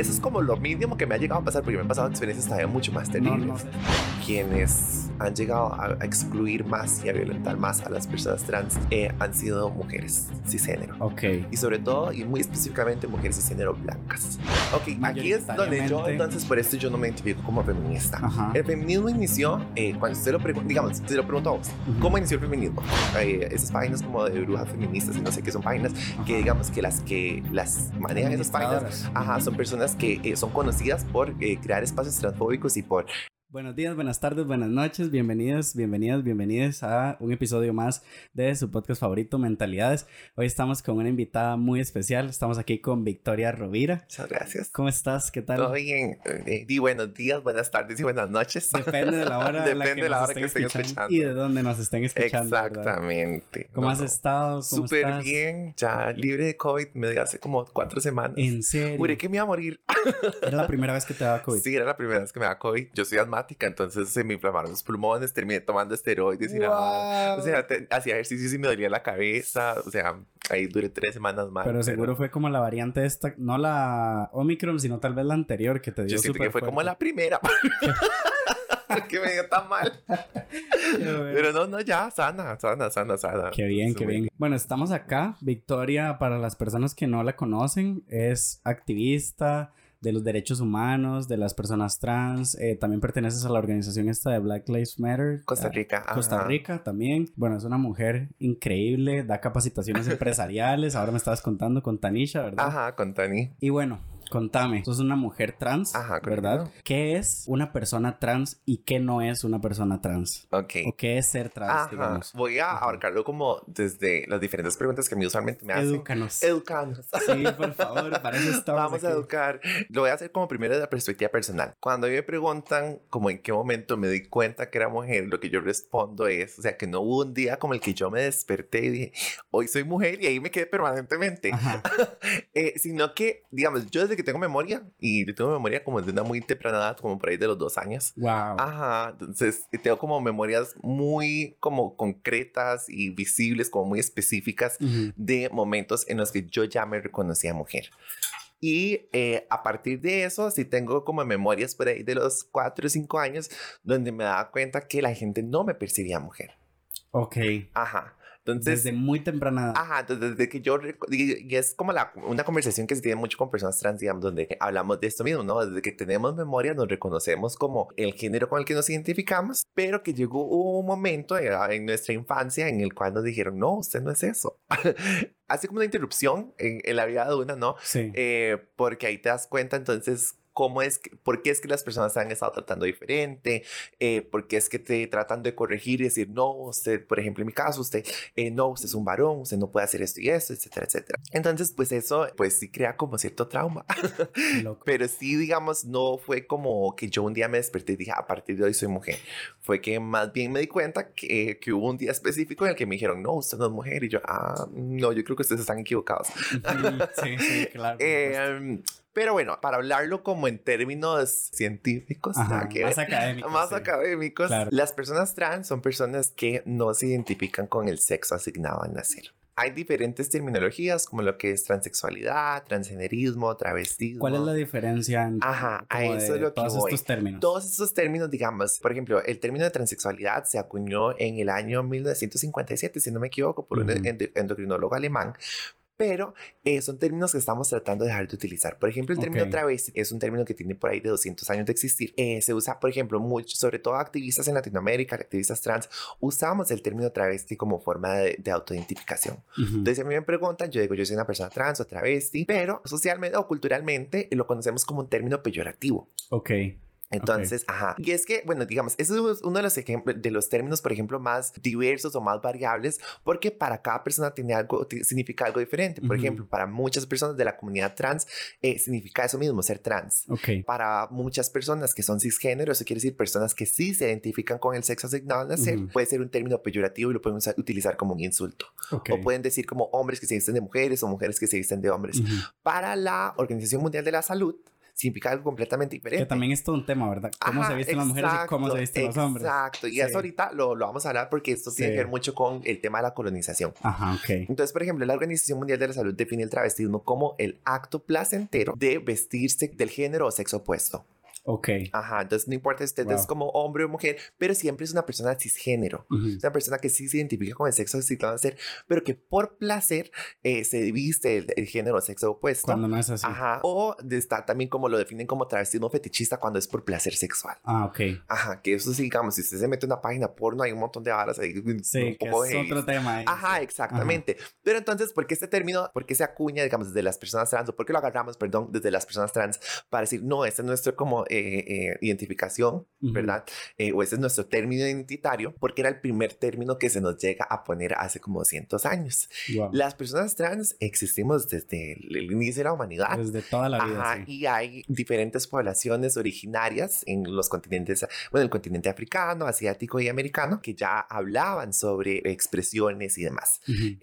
eso es como lo mínimo que me ha llegado a pasar, porque me han pasado experiencias todavía mucho más terribles. No sé. Quienes han llegado a excluir más y a violentar más a las personas trans han sido mujeres cisgénero. Ok. Y sobre todo, y muy específicamente, mujeres cisgénero blancas. Ok, aquí es donde yo, entonces, por esto yo no me identifico como feminista. Ajá. El feminismo inició, cuando usted lo pregunta, digamos, te lo pregunto a vos, ¿cómo inició el feminismo? Esas páginas como de brujas feministas y no sé qué son páginas, que digamos que las manejan esas páginas, son personas que son conocidas por crear espacios transfóbicos y por... Buenos días, buenas tardes, buenas noches, bienvenidas a un episodio más de su podcast favorito, Mentalidades. Hoy estamos con una invitada muy especial, estamos aquí con Victoria Rovira. Muchas gracias. ¿Cómo estás? ¿Qué tal? Todo bien, y buenos días, buenas tardes y buenas noches. Depende de la hora, depende de la hora que estén escuchando. Y de dónde nos estén escuchando. Exactamente. ¿Verdad? ¿Cómo has estado? ¿Cómo Súper estás? Bien, ya libre de COVID, me dio hace como 4 semanas. ¿En serio? Juré que me iba a morir. ¿Era la primera vez que te daba COVID? Sí, era la primera vez que me daba COVID. Yo soy asmática, entonces se me inflamaron los pulmones, terminé tomando esteroides y nada. O sea, hacía ejercicios y me dolía la cabeza. O sea, ahí duré 3 semanas más. Pero seguro fue como la variante esta, no la Omicron, sino tal vez la anterior que te dio. Yo siento que fue fuerte. como la primera. Que me dio tan mal. Pero no, ya, sana. Qué bien, qué bien. Bueno, estamos acá. Victoria, para las personas que no la conocen, es activista de los derechos humanos, de las personas trans. También perteneces a la organización esta de Black Lives Matter. Costa Rica. Costa Rica también. Bueno, es una mujer increíble, da capacitaciones empresariales. Ahora me estabas contando con Tanisha, ¿verdad? Ajá, con Tani. Y bueno, contame, sos una mujer trans, ¿verdad? Correcto. ¿Qué es una persona trans y qué no es una persona trans? Ok. ¿O qué es ser trans, digamos? Voy a abarcarlo como desde las diferentes preguntas que a mí usualmente me hacen. Edúcanos. Sí, por favor, para eso estamos Vamos aquí. a educar. Lo voy a hacer como primero de la perspectiva personal. Cuando a mí me preguntan como en qué momento me di cuenta que era mujer, lo que yo respondo es, o sea, que no hubo un día como el que yo me desperté y dije, hoy soy mujer y ahí me quedé permanentemente. Sino que, digamos, yo desde que tengo memoria, y tengo memoria como de una muy temprana edad, como por ahí de los 2 años. Wow. Entonces tengo como memorias muy como concretas y visibles, como muy específicas de momentos en los que yo ya me reconocía mujer. Y a partir de eso, sí tengo como memorias por ahí de los 4 o 5 años donde me daba cuenta que la gente no me percibía mujer. Ok. Entonces, desde muy temprana edad. Entonces desde que yo... Y es como una conversación que se tiene mucho con personas trans, digamos, donde hablamos de esto mismo, ¿no? Desde que tenemos memoria nos reconocemos como el género con el que nos identificamos, pero que llegó un momento en nuestra infancia en el cual nos dijeron, no, usted no es eso. Hace como una interrupción en la vida de una, ¿no? Sí. Porque ahí te das cuenta entonces... ¿Por qué es que las personas se han estado tratando diferente? ¿Por qué es que te tratan de corregir y decir, no, usted, por ejemplo, en mi caso, usted es un varón, usted no puede hacer esto y esto, etcétera, etcétera? Entonces, pues eso, pues sí crea como cierto trauma. Pero sí, digamos, no fue como que yo un día me desperté y dije, a partir de hoy soy mujer. Fue que más bien me di cuenta que hubo un día específico en el que me dijeron, no, usted no es mujer. Y yo, no, yo creo que ustedes están equivocados. Sí, claro. Pero bueno, para hablarlo como en términos científicos, más académicos, claro. Las personas trans son personas que no se identifican con el sexo asignado al nacer. Hay diferentes terminologías como lo que es transexualidad, transgenerismo, travestismo. ¿Cuál es la diferencia a eso es lo que todos voy. Estos términos? Todos estos términos, digamos, por ejemplo, el término de transexualidad se acuñó en el año 1957, si no me equivoco, por un endocrinólogo alemán. Pero son términos que estamos tratando de dejar de utilizar. Por ejemplo, el término travesti es un término que tiene por ahí de 200 años de existir. Se usa, por ejemplo, mucho, sobre todo activistas en Latinoamérica, activistas trans, usamos el término travesti como forma de autoidentificación. Entonces, a mí me preguntan, yo digo, yo soy una persona trans o travesti, pero socialmente o culturalmente lo conocemos como un término peyorativo. Entonces, y es que, bueno, digamos, eso es uno de los ejemplos, de los términos, por ejemplo, más diversos o más variables, porque para cada persona significa algo diferente. Por ejemplo, para muchas personas de la comunidad trans, significa eso mismo, ser trans. Para muchas personas que son cisgénero, eso quiere decir personas que sí se identifican con el sexo asignado al nacer, puede ser un término peyorativo y lo pueden utilizar como un insulto. O pueden decir como hombres que se visten de mujeres o mujeres que se visten de hombres. Para la Organización Mundial de la Salud, significa algo completamente diferente. Que también es todo un tema, ¿verdad? Cómo se visten las mujeres y cómo se visten los hombres. Exacto, y eso ahorita lo vamos a hablar porque esto tiene que ver mucho con el tema de la colonización. Ajá, ok. Entonces, por ejemplo, la Organización Mundial de la Salud define el travestismo como el acto placentero de vestirse del género o sexo opuesto. Ok. Ajá, entonces no importa si usted es como hombre o mujer, pero siempre es una persona cisgénero. Es una persona que sí se identifica con el sexo asignado a ser, pero que por placer se viste el género o sexo opuesto. Cuando no es así. Ajá, o está también como lo definen como travestismo fetichista cuando es por placer sexual. Ah, ok. Ajá, que eso sí, digamos, si usted se mete en una página porno, hay un montón de varas ahí. Sí, que es otro tema. Ajá, exactamente. Ajá. Pero entonces, ¿por qué este término, por qué se acuña, digamos, desde las personas trans, o por qué lo agarramos, perdón, desde las personas trans para decir, no, este es nuestro como identificación, ¿verdad? O ese es nuestro término identitario, porque era el primer término que se nos llega a poner hace como 200 años. Wow. Las personas trans existimos desde el inicio de la humanidad. Desde toda la vida, ajá, sí. Y hay diferentes poblaciones originarias en los continentes, bueno, el continente africano, asiático y americano, que ya hablaban sobre expresiones y demás.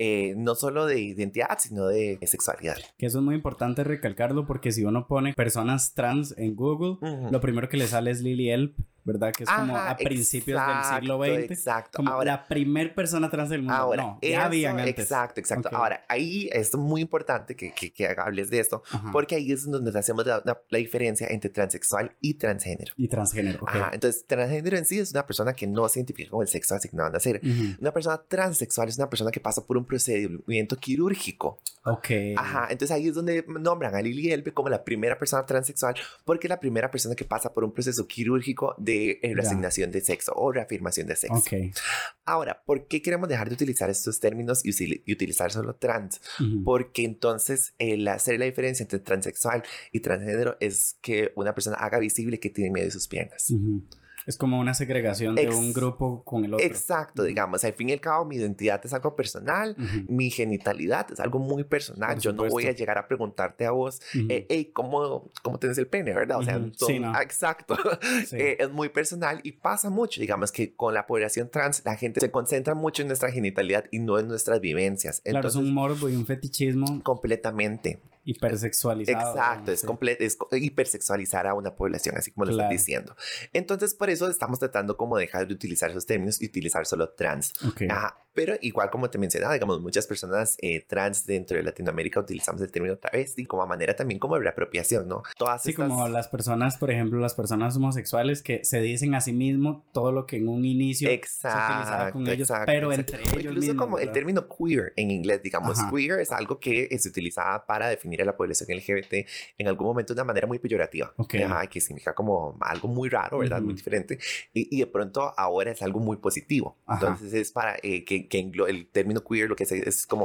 No solo de identidad, sino de sexualidad. Que eso es muy importante recalcarlo, porque si uno pone personas trans en Google, lo primero que le sale es Lily Elp, ¿verdad? Que es como a principios del siglo XX. Exacto. Como ahora, la primer persona trans del mundo. Ahora, no, ya habían antes. Exacto. Okay. Ahora, ahí es muy importante que hables de esto, porque ahí es donde hacemos la diferencia entre transexual y transgénero. Y transgénero, okay. Ajá, entonces, transgénero en sí es una persona que no se identifica con el sexo asignado a nacer. Una persona transexual es una persona que pasa por un procedimiento quirúrgico. Ok. Ajá, entonces ahí es donde nombran a Lily Elbe como la primera persona transexual, porque es la primera persona que pasa por un proceso quirúrgico de reasignación de sexo o reafirmación de sexo. Ok. Ahora, ¿por qué queremos dejar de utilizar estos términos y utilizar solo trans? Porque entonces el hacer la diferencia entre transexual y transgénero es que una persona haga visible que tiene miedo de sus piernas. Es como una segregación de un grupo con el otro. Exacto, digamos, al fin y al cabo mi identidad es algo personal, mi genitalidad es algo muy personal. Yo no voy a llegar a preguntarte a vos, hey, ¿cómo tienes el pene, verdad? O sea, sí, no. Exacto. Sí. Es muy personal y pasa mucho, digamos que con la población trans la gente se concentra mucho en nuestra genitalidad y no en nuestras vivencias. Claro, entonces, es un morbo y un fetichismo. Completamente. Hipersexualizado. Exacto, es hipersexualizar a una población, así como lo estás diciendo. Entonces, por eso estamos tratando como dejar de utilizar esos términos y utilizar solo trans. Okay. Pero igual como te mencionaba, digamos, muchas personas trans dentro de Latinoamérica utilizamos el término travesti como manera también como de reapropiación, ¿no? Todas sí, como las personas, por ejemplo, las personas homosexuales que se dicen a sí mismos todo lo que en un inicio se utilizaba con ellos, pero entre ellos incluso mismos, como ¿verdad? El término queer en inglés, digamos, queer es algo que se utilizaba para definir a la población LGBT en algún momento de una manera muy peyorativa, que significa como algo muy raro, ¿verdad? Muy diferente, y de pronto ahora es algo muy positivo. Entonces es para que el término queer lo que es como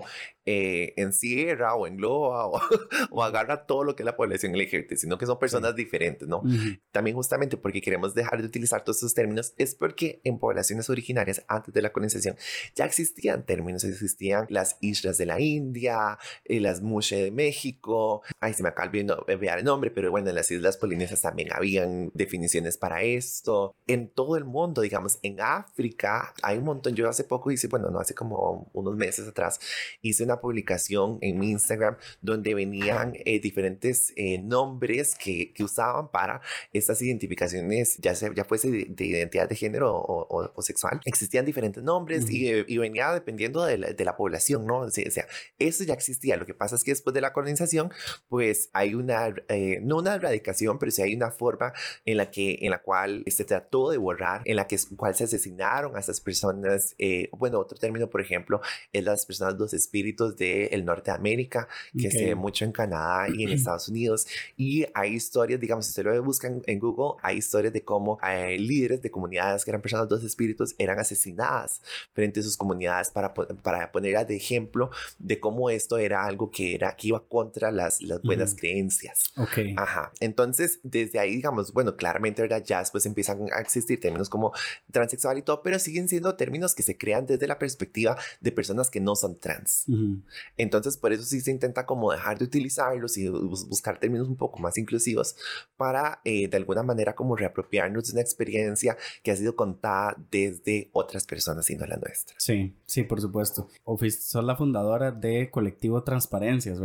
encierra o engloba o agarra todo lo que es la población LGBT, sino que son personas diferentes, ¿no? También justamente porque queremos dejar de utilizar todos estos términos es porque en poblaciones originarias antes de la colonización ya existían términos, existían las islas de la India, las Mushe de México, se me acaba olvidando el nombre, pero bueno, en las islas polinesias también habían definiciones para esto. En todo el mundo, digamos, en África hay un montón. Yo hace poco hice, bueno, no hace como unos meses atrás, hice una publicación en mi Instagram donde venían diferentes nombres que usaban para estas identificaciones, ya fuese de identidad de género o sexual. Existían diferentes nombres y venía dependiendo de la población, ¿no? O sea, eso ya existía. Lo que pasa es que después de la colonización, pues hay no una erradicación, pero sí hay una forma en la cual se trató de borrar, en la cual se asesinaron a estas personas. Bueno, otro término, por ejemplo, es las personas, los espíritus del norte de América, que se ve mucho en Canadá y en Estados Unidos. Y hay historias, digamos, si usted lo busca en Google, hay historias de cómo líderes de comunidades que eran personas, dos espíritus, eran asesinadas frente a sus comunidades para ponerlas de ejemplo de cómo esto era algo que iba contra las buenas creencias. Entonces, desde ahí, digamos, bueno, claramente, ¿verdad? Ya después empiezan a existir términos como transexual y todo, pero siguen siendo términos que se crean desde la perspectiva de personas que no son trans. Entonces, por eso sí se intenta como dejar de utilizarlos y buscar términos un poco más inclusivos para, de alguna manera, como reapropiarnos de una experiencia que ha sido contada desde otras personas y no la nuestra. Sí, por supuesto. Sos la fundadora de Colectivo Transparencias, ¿verdad?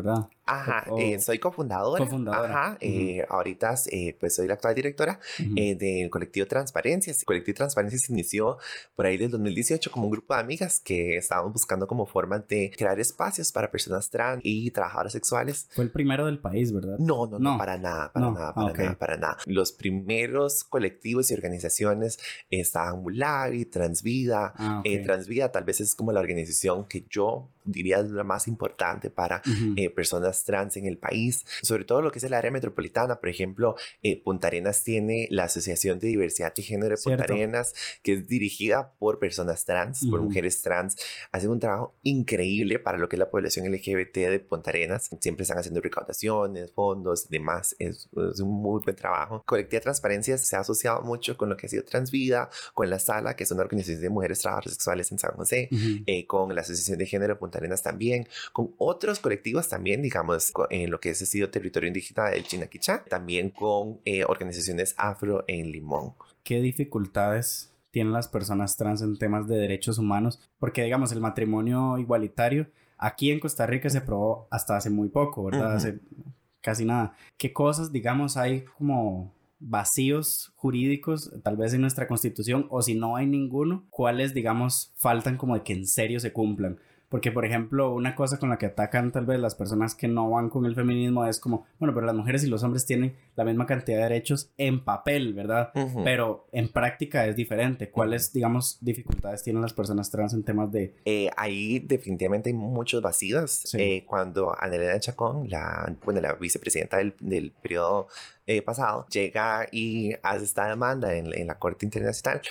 Ajá, soy cofundadora. Ajá, ahorita pues soy la actual directora del colectivo Transparencias. El colectivo Transparencias se inició por ahí del 2018 como un grupo de amigas que estábamos buscando como formas de crear espacios para personas trans y trabajadoras sexuales. Fue el primero del país, ¿verdad? No, para nada, para nada. Los primeros colectivos y organizaciones estaban Mulavi, Transvida. Transvida tal vez es como la organización que yo diría es la más importante para personas trans en el país, sobre todo lo que es el área metropolitana. Por ejemplo, Punta Arenas tiene la Asociación de Diversidad y Género de Punta Arenas, que es dirigida por personas trans, por mujeres trans. Hacen un trabajo increíble para lo que es la población LGBT de Punta Arenas. Siempre están haciendo recaudaciones, fondos y demás. Es un muy buen trabajo. Colectiva Transparencias se ha asociado mucho con lo que ha sido Transvida, con La Sala, que es una organización de mujeres trabajadoras sexuales en San José, con la Asociación de Género de Punta Arenas también, con otros colectivos también, digamos, en lo que es sido territorio indígena del Chinaquichá, también con organizaciones afro en Limón. ¿Qué dificultades tienen las personas trans en temas de derechos humanos? Porque, digamos, el matrimonio igualitario aquí en Costa Rica se aprobó hasta hace muy poco, ¿verdad? Hace casi nada. ¿Qué cosas, digamos, hay como vacíos jurídicos tal vez en nuestra constitución, o si no hay ninguno, cuáles, digamos, faltan como de que en serio se cumplan? Porque, por ejemplo, una cosa con la que atacan tal vez las personas que no van con el feminismo es como, bueno, pero las mujeres y los hombres tienen la misma cantidad de derechos en papel, ¿verdad? Pero en práctica es diferente. ¿Cuáles, digamos, dificultades tienen las personas trans en temas de...? Ahí definitivamente hay muchos vacíos. Sí. Cuando Ana Elena Chacón, la vicepresidenta del periodo pasado, llega y hace esta demanda en la Corte Internacional.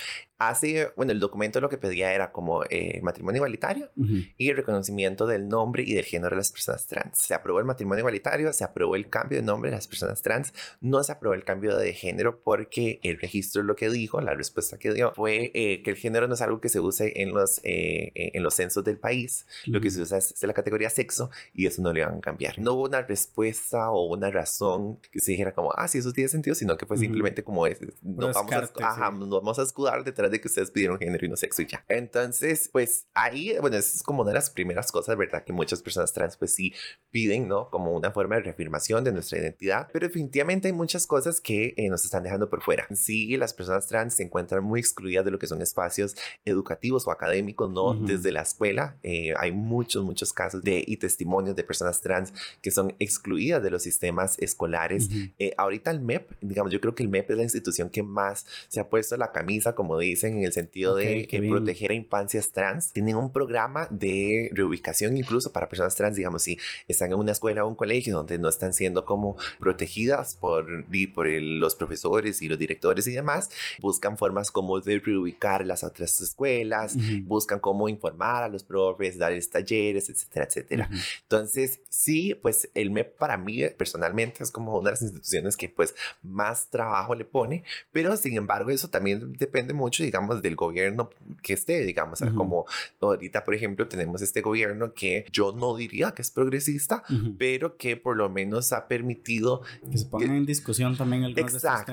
El documento lo que pedía era como matrimonio igualitario y el reconocimiento del nombre y del género de las personas trans. Se aprobó el matrimonio igualitario, se aprobó el cambio de nombre de las personas trans, no se aprobó el cambio de género porque el registro lo que dijo, la respuesta que dio fue que el género no es algo que se use en los censos del país, lo que se usa es la categoría sexo y eso no le van a cambiar. No hubo una respuesta o una razón que se dijera como, sí, eso tiene sentido, sino que fue simplemente como nos vamos a escudar detrás de que ustedes pidieron género y no sexo y ya. Entonces, pues ahí, es como una de las primeras cosas, ¿verdad? Que muchas personas trans pues sí piden, ¿no? Como una forma de reafirmación de nuestra identidad, pero definitivamente hay muchas cosas que nos están dejando por fuera. Sí, las personas trans se encuentran muy excluidas de lo que son espacios educativos o académicos, ¿no? Desde la escuela hay muchos casos y testimonios de personas trans que son excluidas de los sistemas escolares. Ahorita el MEP, digamos, yo creo que el MEP es la institución que más se ha puesto la camisa, como dicen, en el sentido de proteger a infancias trans. Tienen un programa de reubicación incluso para personas trans, digamos, si están en una escuela o un colegio donde no están siendo como protegidas por los profesores y los directores y demás, buscan formas como de reubicar las otras escuelas, buscan cómo informar a los profes, darles talleres, etcétera, etcétera. Entonces, sí, pues el MEP para mí personalmente es como una de las instituciones que pues más trabajo le pone, pero sin embargo eso también depende mucho, digamos, del gobierno que esté, digamos, como ahorita, por ejemplo, tenemos este gobierno que yo no diría que es progresista, pero que por lo menos ha permitido que se pongan en discusión también algunos exacto.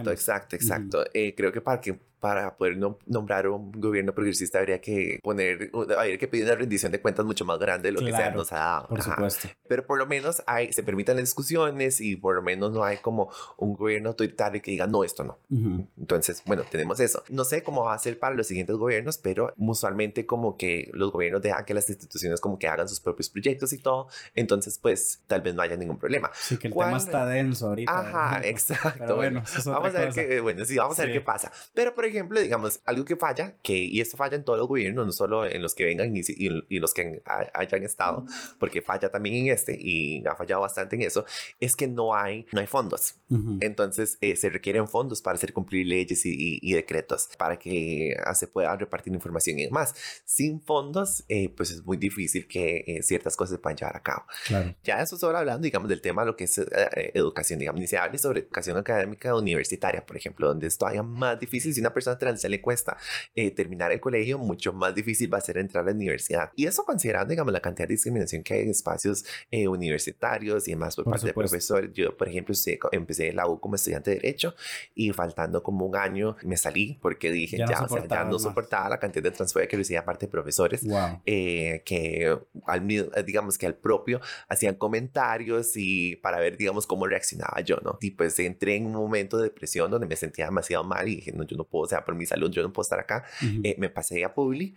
Creo que para poder nombrar un gobierno progresista habría que pedir una rendición de cuentas mucho más grande de lo que se nos ha dado. Por supuesto. Pero por lo menos se permitan las discusiones y por lo menos no hay como un gobierno autoritario que diga no, esto no. Entonces, tenemos eso. No sé cómo va a ser para los siguientes gobiernos, pero usualmente como que los gobiernos dejan que las instituciones como que hagan sus propios proyectos y todo. Entonces, pues tal vez no haya ningún problema. Sí, que el tema está denso ahorita. Ajá, exacto. Pero bueno, eso es vamos a ver vamos a ver qué pasa. Pero por ejemplo, digamos, algo que falla, y esto falla en todos los gobiernos, no solo en los que vengan y los que hayan estado, porque falla también en y ha fallado bastante en eso, es que no hay fondos. Entonces, se requieren fondos para hacer cumplir leyes y decretos, para que se pueda repartir información y demás. Sin fondos, pues es muy difícil que ciertas cosas se puedan llevar a cabo. Claro. Ya eso solo hablando, digamos, del tema de lo que es educación, digamos, ni se hable sobre educación académica universitaria, por ejemplo, donde es todavía más difícil. Si una persona trans ya le cuesta terminar el colegio, mucho más difícil va a ser entrar a la universidad. Y eso considerando, digamos, la cantidad de discriminación que hay en espacios universitarios y demás por parte de profesores. Yo, por ejemplo, empecé la U como estudiante de Derecho y faltando como un año me salí porque dije, ya no soportaba la cantidad de transfobia que recibía parte de profesores que digamos que al propio hacían comentarios y para ver, digamos, cómo reaccionaba yo, ¿no? Y pues entré en un momento de depresión donde me sentía demasiado mal y dije, no, yo no puedo, o sea, por mi salud, yo no puedo estar acá. Me pasé a Publi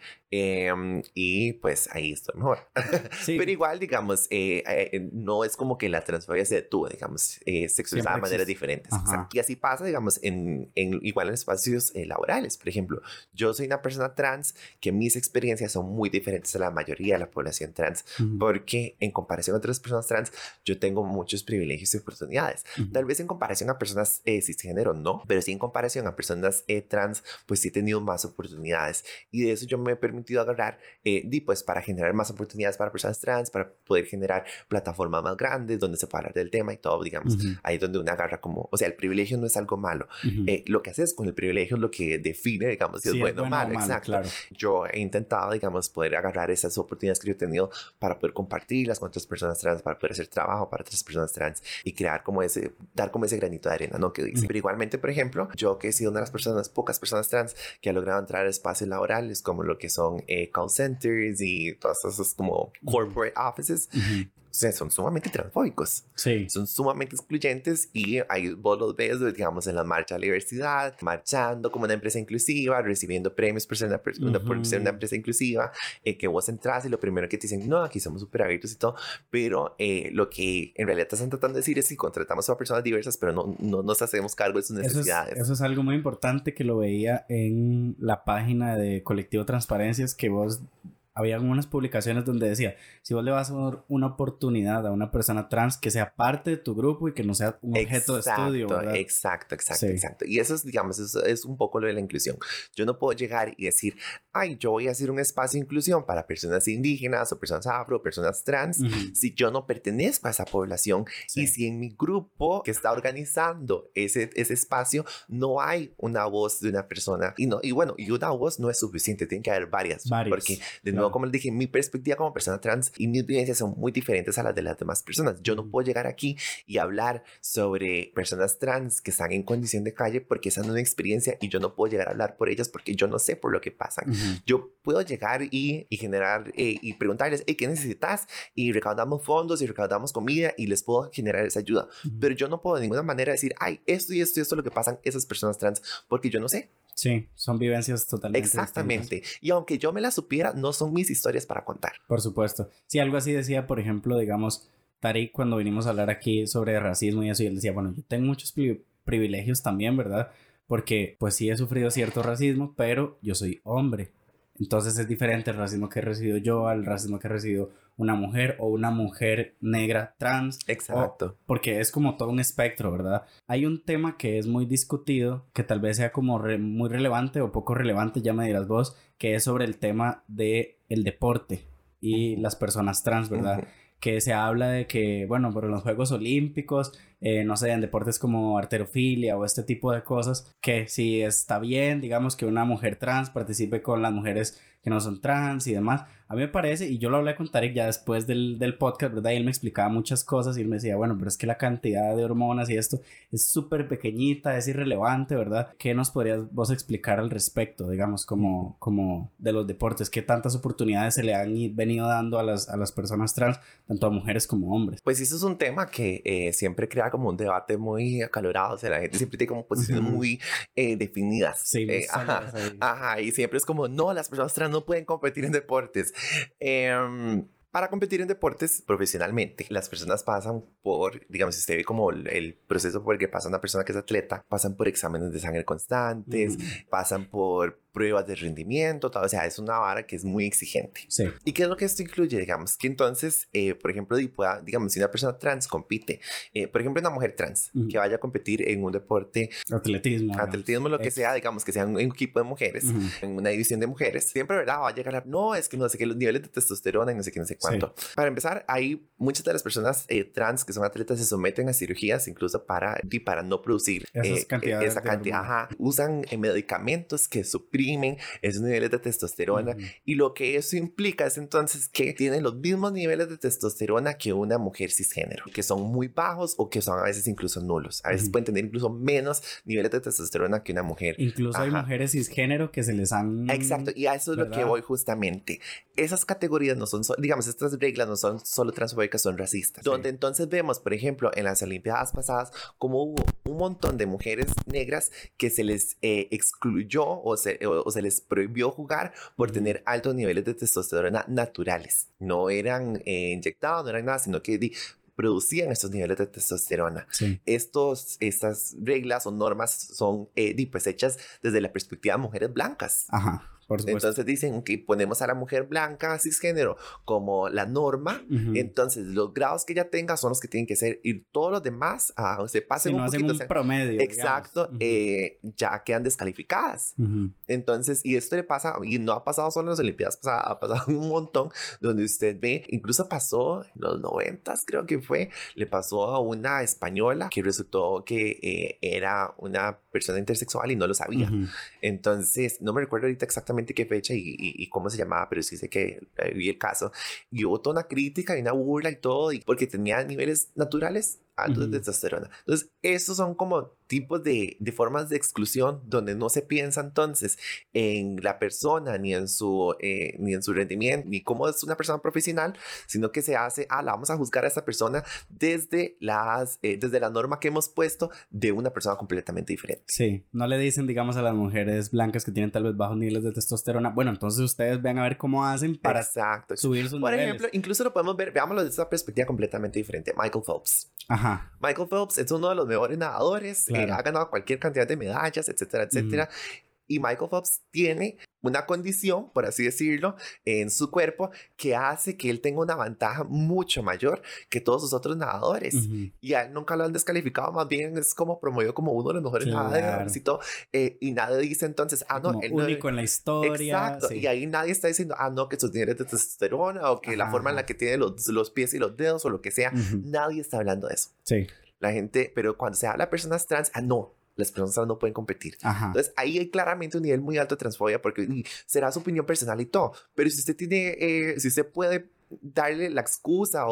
y pues ahí estoy mejor. Sí. Pero igual, digamos, no es como que la transfobia se detuvo, digamos, se expresa de maneras diferentes. Y así pasa, digamos, igual en espacios laborales. Por ejemplo, yo soy una persona trans que mis experiencias son muy diferentes a la mayoría de la población trans, porque en comparación a otras personas trans, yo tengo muchos privilegios y oportunidades. Tal vez en comparación a personas cisgénero no, pero sí en comparación a personas trans, pues sí he tenido más oportunidades. Y de eso yo me he permitido agarrar, pues para generar más oportunidades para personas trans, para poder generar plataformas más grandes donde se pueda hablar del tema y todo, digamos. Ahí donde uno agarra como, o sea, el privilegio no es algo malo. Lo que haces con el privilegio es lo que define, digamos, si es bueno o malo. Exacto. Claro. Yo he intentado, digamos, poder agarrar esas oportunidades que yo he tenido para poder compartirlas con otras personas trans, para poder hacer trabajo para otras personas trans y crear como dar como ese granito de arena, ¿no? Que dice. Pero igualmente, por ejemplo, yo que he sido una de las pocas personas trans que ha logrado entrar a espacios laborales como lo que son call centers y todas esas como corporate offices, o sea, son sumamente transfóbicos. Sí. Son sumamente excluyentes y ahí vos los ves, digamos, en la marcha de la diversidad, marchando como una empresa inclusiva, recibiendo premios por ser una empresa inclusiva, que vos entras y lo primero que te dicen, no, aquí somos súper abiertos y todo, pero lo que en realidad están tratando de decir es que contratamos a personas diversas, pero no nos hacemos cargo de sus necesidades. Eso es algo muy importante que lo veía en la página de Colectivo Transparencias, que vos... Había algunas publicaciones donde decía, si vos le vas a dar una oportunidad a una persona trans que sea parte de tu grupo y que no sea un objeto de estudio, ¿verdad? Exacto. Y eso es, digamos, eso es un poco lo de la inclusión. Yo no puedo llegar y decir, ay, yo voy a hacer un espacio de inclusión para personas indígenas o personas afro o personas trans, si yo no pertenezco a esa población y si en mi grupo que está organizando ese espacio no hay una voz de una persona y una voz no es suficiente, tiene que haber varias. Porque de nuevo, como les dije, mi perspectiva como persona trans y mis vivencias son muy diferentes a las de las demás personas. Yo no puedo llegar aquí y hablar sobre personas trans que están en condición de calle porque esa no es una experiencia y yo no puedo llegar a hablar por ellas porque yo no sé por lo que pasan. Yo puedo llegar y generar y preguntarles, ¿qué necesitas? Y recaudamos fondos y recaudamos comida y les puedo generar esa ayuda. Pero yo no puedo de ninguna manera decir, ay, esto y esto y esto es lo que pasan esas personas trans porque yo no sé. Sí, son vivencias totalmente Exactamente. distintas. Y aunque yo me las supiera, no son mis historias para contar. Por supuesto. Sí, algo así decía, por ejemplo, digamos, Tariq, cuando vinimos a hablar aquí sobre racismo y eso, y él decía, bueno, yo tengo muchos privilegios también, ¿verdad? Porque, pues sí he sufrido cierto racismo, pero yo soy hombre. Entonces es diferente el racismo que he recibido yo al racismo que ha recibido una mujer o una mujer negra trans. Exacto. Porque es como todo un espectro, ¿verdad? Hay un tema que es muy discutido, que tal vez sea como muy relevante o poco relevante, ya me dirás vos, que es sobre el tema del deporte y las personas trans, ¿verdad? Que se habla de que, bueno, por los Juegos Olímpicos, no sé, en deportes como halterofilia o este tipo de cosas, que si está bien, digamos, que una mujer trans participe con las mujeres que no son trans y demás. A mí me parece, y yo lo hablé con Tarek ya después del podcast, ¿verdad? Y él me explicaba muchas cosas y él me decía, bueno, pero es que la cantidad de hormonas y esto es súper pequeñita, es irrelevante, ¿verdad? ¿Qué nos podrías vos explicar al respecto, digamos, como de los deportes? ¿Qué tantas oportunidades se le han venido dando a las personas trans, tanto a mujeres como hombres? Pues eso es un tema que siempre crea como un debate muy acalorado, o sea, la gente siempre tiene como posiciones muy definidas. Sí, y siempre es como, no, las personas trans no pueden competir en deportes. Para competir en deportes profesionalmente, las personas pasan por, digamos, si usted ve como el proceso por el que pasa una persona que es atleta, pasan por exámenes de sangre constantes, pasan por pruebas de rendimiento, todo, o sea, es una vara que es muy exigente. Sí. ¿Y qué es lo que esto incluye? Digamos, que entonces, por ejemplo, digamos, si una persona trans compite, por ejemplo, una mujer trans que vaya a competir en un deporte, atletismo, lo que sea, digamos, que sea un equipo de mujeres, en una división de mujeres, siempre, ¿verdad? Va a llegar a, no, es que no sé qué, los niveles de testosterona y no sé qué, cuento. Sí. Para empezar, hay muchas de las personas trans que son atletas se someten a cirugías incluso para no producir esa cantidad. Ajá. Usan medicamentos que suprimen esos niveles de testosterona y lo que eso implica es entonces que tienen los mismos niveles de testosterona que una mujer cisgénero, que son muy bajos o que son a veces incluso nulos. A veces pueden tener incluso menos niveles de testosterona que una mujer. Incluso hay mujeres cisgénero que se les han... Exacto, y a eso es lo que voy justamente. Esas categorías no son, digamos, estas reglas no son solo transfóbicas, son racistas. Sí. Donde entonces vemos, por ejemplo, en las Olimpiadas pasadas, como hubo un montón de mujeres negras que se les excluyó o se les prohibió jugar por tener altos niveles de testosterona naturales. No eran inyectados, no eran nada, sino que producían estos niveles de testosterona. Sí. Estas reglas o normas son pues hechas desde la perspectiva de mujeres blancas. Ajá. Entonces dicen que ponemos a la mujer blanca cisgénero como la norma, entonces los grados que ella tenga son los que tienen que ser y todos los demás se pasen un poquito. Hacen un promedio. Exacto, ya quedan descalificadas. Entonces, y esto le pasa, y no ha pasado solo en las Olimpiadas pasadas, ha pasado un montón, donde usted ve, incluso pasó en los 90s, creo que fue, le pasó a una española que resultó que era una persona intersexual y no lo sabía. Entonces, no me recuerdo ahorita exactamente qué fecha y cómo se llamaba, pero sí sé que vi el caso y hubo toda una crítica y una burla y todo porque tenía niveles naturales altos de testosterona. Entonces, esos son como tipos de formas de exclusión donde no se piensa entonces en la persona ni en su rendimiento ni cómo es una persona profesional, sino que se hace, la vamos a juzgar a esta persona desde la norma que hemos puesto de una persona completamente diferente. Sí, no le dicen, digamos, a las mujeres blancas que tienen tal vez bajos niveles de testosterona, bueno, entonces ustedes vean a ver cómo hacen para subir sus niveles. Por ejemplo, incluso lo podemos ver, veámoslo desde esta perspectiva completamente diferente. Michael Phelps. Ajá. Michael Phelps es uno de los mejores nadadores, claro. Ha ganado cualquier cantidad de medallas, etcétera, etcétera. Y Michael Phelps tiene una condición, por así decirlo, en su cuerpo que hace que él tenga una ventaja mucho mayor que todos sus otros nadadores. Y a él nunca lo han descalificado, más bien es como promovido como uno de los mejores nadadores y todo. Y nadie dice entonces, no, él único en la historia. Exacto. Sí. Y ahí nadie está diciendo, no, que sus niveles de testosterona o que la forma en la que tiene los pies y los dedos o lo que sea. Nadie está hablando de eso. Sí. La gente, pero cuando se habla de personas trans, no. Las personas trans no pueden competir. Entonces, ahí hay claramente un nivel muy alto de transfobia porque será su opinión personal y todo. Pero si usted tiene, si usted puede darle la excusa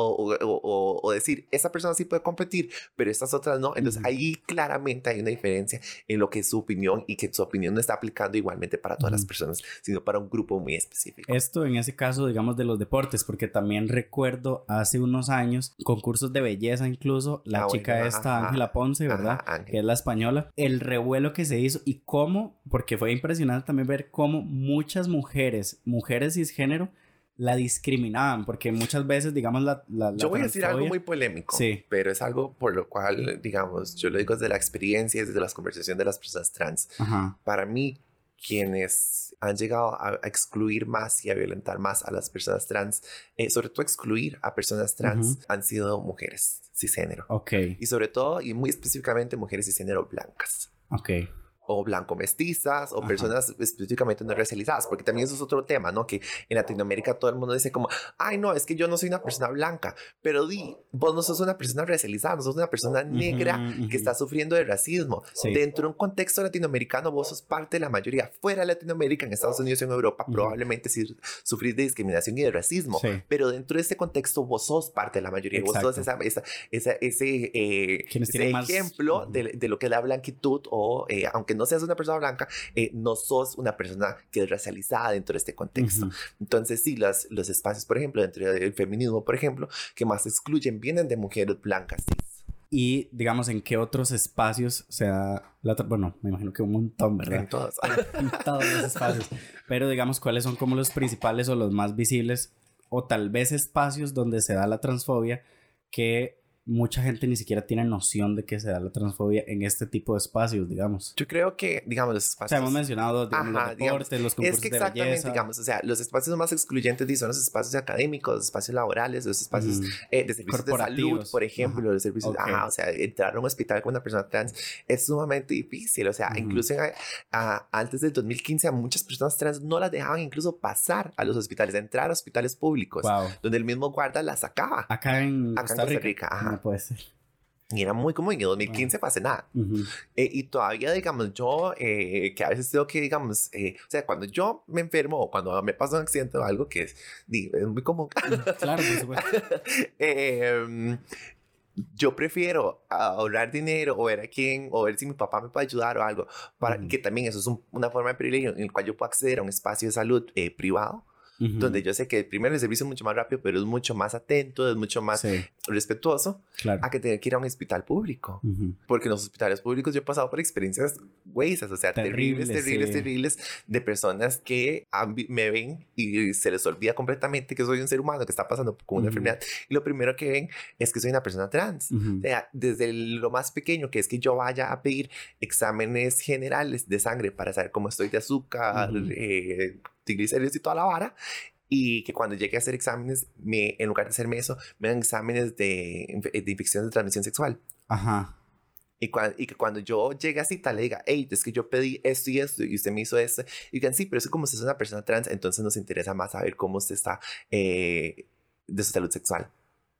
o decir, esa persona sí puede competir, pero estas otras no. Entonces, ahí claramente hay una diferencia en lo que es su opinión y que su opinión no está aplicando igualmente para todas las personas, sino para un grupo muy específico. Esto en ese caso, digamos, de los deportes, porque también recuerdo hace unos años, concursos de belleza incluso, la chica Ángela Ponce, ¿verdad? Que es la española. El revuelo que se hizo y cómo, porque fue impresionante también ver cómo muchas mujeres cisgénero, la discriminaban, porque muchas veces, digamos, yo voy a decir algo muy polémico, sí, pero es algo por lo cual, digamos, yo lo digo desde la experiencia, desde las conversaciones de las personas trans. Para mí, quienes han llegado a excluir más y a violentar más a las personas trans, sobre todo excluir a personas trans, han sido mujeres cisgénero. Y sobre todo, y muy específicamente, mujeres cisgénero blancas. O blanco-mestizas, o personas específicamente no racializadas, porque también eso es otro tema, ¿no? Que en Latinoamérica todo el mundo dice como, ay, no, es que yo no soy una persona blanca, pero vos no sos una persona racializada, no sos una persona negra que está sufriendo de racismo. Dentro de un contexto latinoamericano, vos sos parte de la mayoría. Fuera de Latinoamérica, en Estados Unidos y en Europa, probablemente sí sufrís de discriminación y de racismo, pero dentro de este contexto, vos sos parte de la mayoría. Vos sos ese ejemplo de lo que es la blanquitud, o aunque no seas una persona blanca, no sos una persona que es racializada dentro de este contexto. Entonces, sí, los espacios, por ejemplo, dentro del feminismo, por ejemplo, que más excluyen, vienen de mujeres blancas. Y, digamos, ¿en qué otros espacios se da bueno, me imagino que un montón, ¿verdad? En todos. En todos los espacios. Pero, digamos, ¿cuáles son como los principales o los más visibles o tal vez espacios donde se da la transfobia que mucha gente ni siquiera tiene noción de que se da la transfobia en este tipo de espacios, digamos. Yo creo que, digamos, los espacios... O sea, hemos mencionado, digamos, los deportes, los concursos es que exactamente, de belleza. digamos, o sea, los espacios más excluyentes son los espacios académicos, los espacios laborales, los espacios de servicios de salud, por ejemplo, los servicios... o sea, entrar a un hospital con una persona trans es sumamente difícil. O sea, incluso antes del 2015 a muchas personas trans no las dejaban incluso pasar a los hospitales, entrar a hospitales públicos, donde el mismo guarda las sacaba. Acá en Costa Rica. Ajá. No puede ser. Y era muy común. En 2015 pasé nada. Y todavía, digamos, yo, que a veces tengo que, digamos, o sea, cuando yo me enfermo o cuando me pasa un accidente o algo que es muy común. Claro, por supuesto. Yo prefiero ahorrar dinero o ver a quién, o ver si mi papá me puede ayudar o algo, para que también eso es una forma de privilegio en el cual yo puedo acceder a un espacio de salud privado. Donde yo sé que primero el servicio es mucho más rápido, pero es mucho más atento, es mucho más respetuoso a que tener que ir a un hospital público. Porque en los hospitales públicos yo he pasado por experiencias güeyes, o sea, terribles de personas que me ven y se les olvida completamente que soy un ser humano que está pasando por una enfermedad. Y lo primero que ven es que soy una persona trans. O sea, desde lo más pequeño, que es que yo vaya a pedir exámenes generales de sangre para saber cómo estoy de azúcar, triglicéridos y toda la vara, y que cuando llegue a hacer exámenes, en lugar de hacerme eso, me dan exámenes de infecciones de transmisión sexual. Y que cuando yo llegue a cita le diga, hey, es que yo pedí esto y esto y usted me hizo esto, y digan, sí, pero es que como usted es una persona trans, entonces nos interesa más saber cómo usted está de su salud sexual.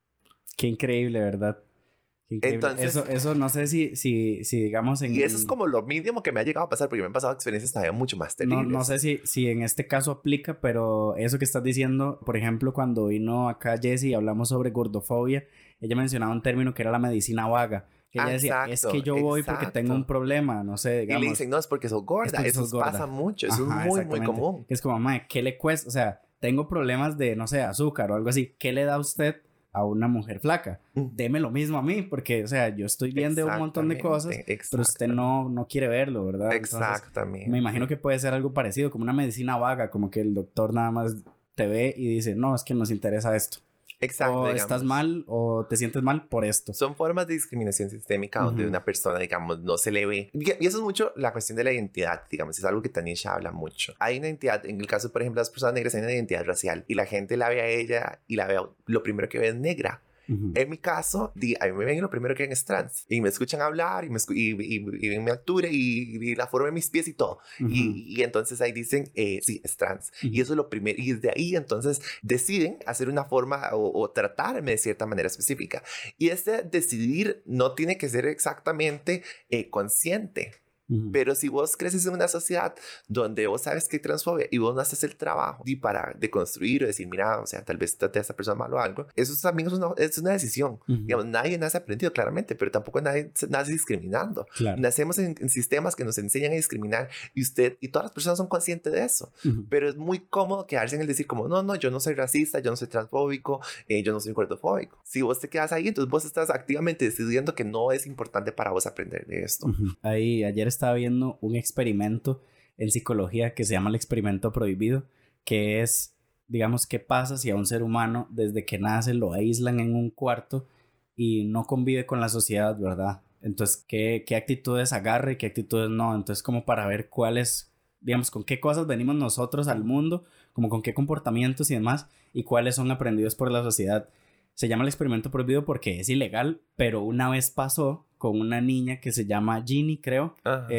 Qué increíble, ¿verdad? Entonces, eso no sé si digamos... y eso es como lo mínimo que me ha llegado a pasar, porque me han pasado experiencias todavía mucho más terribles. No sé si en este caso aplica, pero eso que estás diciendo, por ejemplo, cuando vino acá Jessie y hablamos sobre gordofobia, ella mencionaba un término que era la medicina vaga. Que ella decía, es que yo voy porque tengo un problema, no sé, digamos. Y le dicen, no, es porque sos gorda. Eso pasa mucho, eso es muy, muy común. Es como, mamá, ¿qué le cuesta? O sea, tengo problemas de, no sé, azúcar o algo así. ¿Qué le da a usted a una mujer flaca? Deme lo mismo a mí, porque, o sea, yo estoy bien de un montón de cosas, pero usted no quiere verlo, ¿verdad? Exactamente. Entonces, me imagino que puede ser algo parecido, como una medicina vaga, como que el doctor nada más te ve y dice, no, es que nos interesa esto. Exacto, o digamos, estás mal o te sientes mal por esto. Son formas de discriminación sistémica donde una persona, digamos, no se le ve. Y eso es mucho la cuestión de la identidad, digamos, es algo que Tanisha habla mucho. Hay una identidad, en el caso, por ejemplo, las personas negras hay una identidad racial y la gente la ve a ella y la ve, lo primero que ve es negra. En mi caso, a mí me ven y lo primero que ven es trans. Y me escuchan hablar y ven mi altura y la forma de mis pies y todo. Y entonces ahí dicen, sí, es trans. Y eso es lo primero. Y desde ahí entonces deciden hacer una forma o tratarme de cierta manera específica. Y este decidir no tiene que ser exactamente consciente. Pero si vos creces en una sociedad donde vos sabes que hay transfobia y vos no haces el trabajo para deconstruir o decir, mira, o sea, tal vez trate a esta persona mal o algo, eso también es una decisión. Digamos, nadie nace aprendido claramente, pero tampoco nadie nace discriminando. Nacemos en sistemas que nos enseñan a discriminar y todas las personas son conscientes de eso. Pero es muy cómodo quedarse en el decir como, no, yo no soy racista, yo no soy transfóbico, yo no soy gordofóbico. Si vos te quedas ahí, entonces vos estás activamente decidiendo que no es importante para vos aprender de esto. Ahí, ayer estaba viendo un experimento en psicología que se llama el experimento prohibido, que es, digamos, qué pasa si a un ser humano desde que nace lo aíslan en un cuarto y no convive con la sociedad, ¿verdad? Entonces, ¿qué actitudes agarra y qué actitudes no? Entonces, como para ver cuáles, digamos, con qué cosas venimos nosotros al mundo, como con qué comportamientos y demás, y cuáles son aprendidos por la sociedad. Se llama el experimento prohibido porque es ilegal, pero una vez pasó con una niña que se llama Ginny, creo,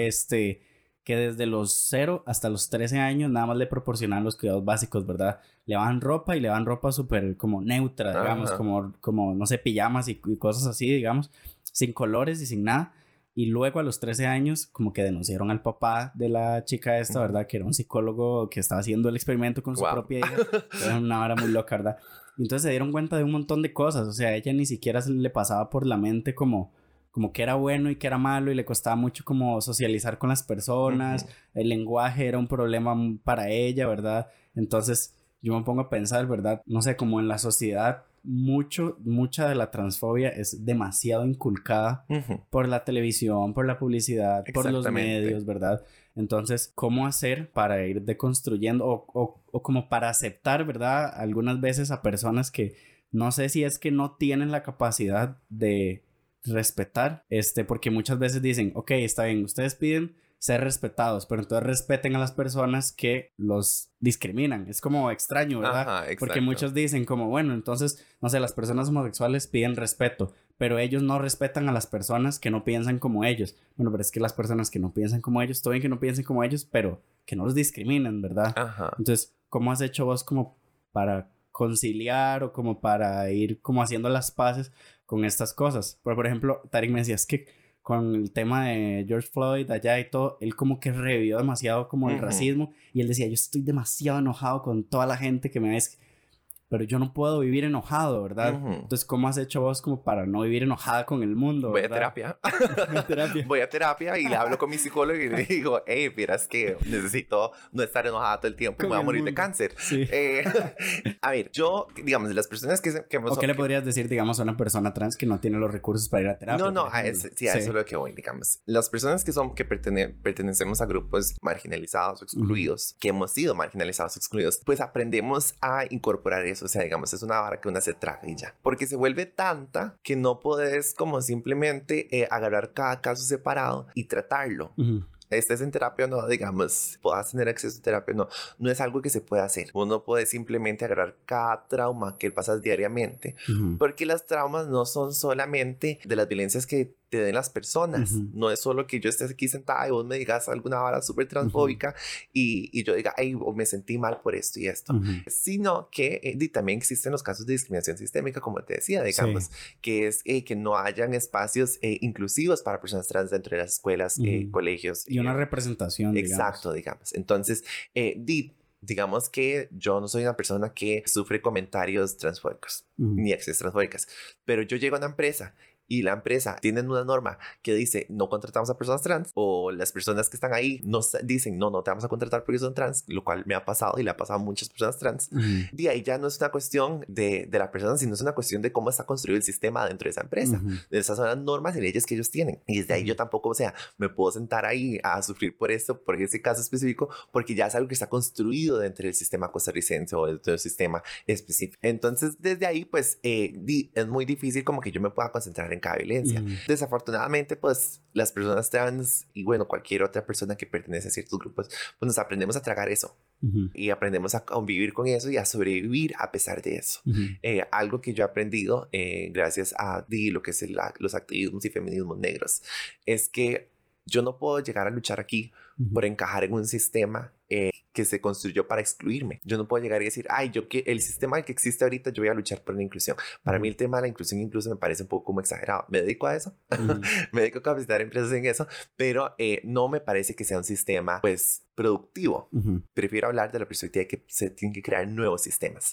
que desde los 0 hasta los 13 años nada más le proporcionan los cuidados básicos, ¿verdad? Le van ropa y le van ropa súper como neutra, digamos, como, no sé, pijamas y cosas así, digamos, sin colores y sin nada. Y luego a los 13 años como que denunciaron al papá de la chica esta, ¿verdad? Que era un psicólogo que estaba haciendo el experimento con su propia hija. Era una hora muy loca, ¿verdad? Y entonces se dieron cuenta de un montón de cosas. O sea, a ella ni siquiera se le pasaba por la mente como que era bueno y que era malo y le costaba mucho como socializar con las personas. El lenguaje era un problema para ella, ¿verdad? Entonces yo me pongo a pensar, ¿verdad? No sé, como en la sociedad mucha de la transfobia es demasiado inculcada por la televisión, por la publicidad, por los medios, ¿verdad? Entonces, ¿cómo hacer para ir deconstruyendo o como para aceptar, ¿verdad? Algunas veces a personas que no sé si es que no tienen la capacidad de respetar, porque muchas veces dicen, ok, está bien, ustedes piden ser respetados, pero entonces respeten a las personas que los discriminan. Es como extraño, ¿verdad? Ajá, exacto. Porque muchos dicen como, bueno, entonces, no sé, las personas homosexuales piden respeto, pero ellos no respetan a las personas que no piensan como ellos. Bueno, pero es que las personas que no piensan como ellos, todo bien que no piensen como ellos, pero que no los discriminen, ¿verdad? Ajá. Entonces, ¿cómo has hecho vos como para conciliar o como para ir como haciendo las paces con estas cosas? Por ejemplo, Tarik me decía, es que con el tema de George Floyd allá y todo, él como que revivió demasiado como el racismo y él decía, yo estoy demasiado enojado con toda la gente que me ves, pero yo no puedo vivir enojado, ¿verdad? Entonces, ¿cómo has hecho vos como para no vivir enojada con el mundo? Voy a terapia. Voy a terapia y le hablo con mi psicólogo y le digo, hey, miras que necesito no estar enojada todo el tiempo, me voy a morir de cáncer. Sí. A ver, yo, digamos, de las personas que hemos... ¿O qué le podrías decir, digamos, a una persona trans que no tiene los recursos para ir a terapia? No, a eso es lo que voy, digamos. Las personas que pertenecemos a grupos marginalizados o excluidos, que hemos sido marginalizados o excluidos, pues aprendemos a incorporar eso. O sea, digamos, es una vara que una se traga y ya. Porque se vuelve tanta que no puedes como simplemente agarrar cada caso separado y tratarlo. Estés en terapia o no, digamos, puedas tener acceso a terapia o no es algo que se pueda hacer. Uno puede simplemente agarrar cada trauma que pasas diariamente, porque las traumas no son solamente de las violencias que te den las personas. No es solo que yo esté aquí sentada y vos me digas alguna vara súper transfóbica y yo diga, ay, me sentí mal por esto y esto. Sino que también existen los casos de discriminación sistémica, como te decía, digamos, que es que no hayan espacios inclusivos para personas trans dentro de las escuelas, colegios. Y una representación, exacto, digamos. Entonces, digamos que yo no soy una persona que sufre comentarios transfóbicos ni acciones transfóbicas, pero yo llego a una empresa y la empresa tiene una norma que dice no contratamos a personas trans, o las personas que están ahí nos dicen no te vamos a contratar porque son trans, lo cual me ha pasado y le ha pasado a muchas personas trans. Y ahí ya no es una cuestión de la persona, sino es una cuestión de cómo está construido el sistema dentro de esa empresa. Esas son las normas y leyes que ellos tienen, y desde ahí yo tampoco, o sea, me puedo sentar ahí a sufrir por esto, por ese caso específico, porque ya es algo que está construido dentro del sistema costarricense o dentro del sistema específico. Entonces desde ahí pues es muy difícil como que yo me pueda concentrar en cada violencia. Desafortunadamente, pues las personas trans y bueno, cualquier otra persona que pertenece a ciertos grupos, pues nos aprendemos a tragar eso y aprendemos a convivir con eso y a sobrevivir a pesar de eso. Algo que yo he aprendido gracias a lo que es los activismos y feminismos negros es que yo no puedo llegar a luchar aquí por encajar en un sistema que se construyó para excluirme. Yo no puedo llegar y decir, ay, el sistema que existe ahorita, yo voy a luchar por la inclusión. Para mí el tema de la inclusión incluso me parece un poco como exagerado. Me dedico a eso, me dedico a capacitar empresas en eso, pero no me parece que sea un sistema, pues, productivo. Prefiero hablar de la perspectiva de que se tienen que crear nuevos sistemas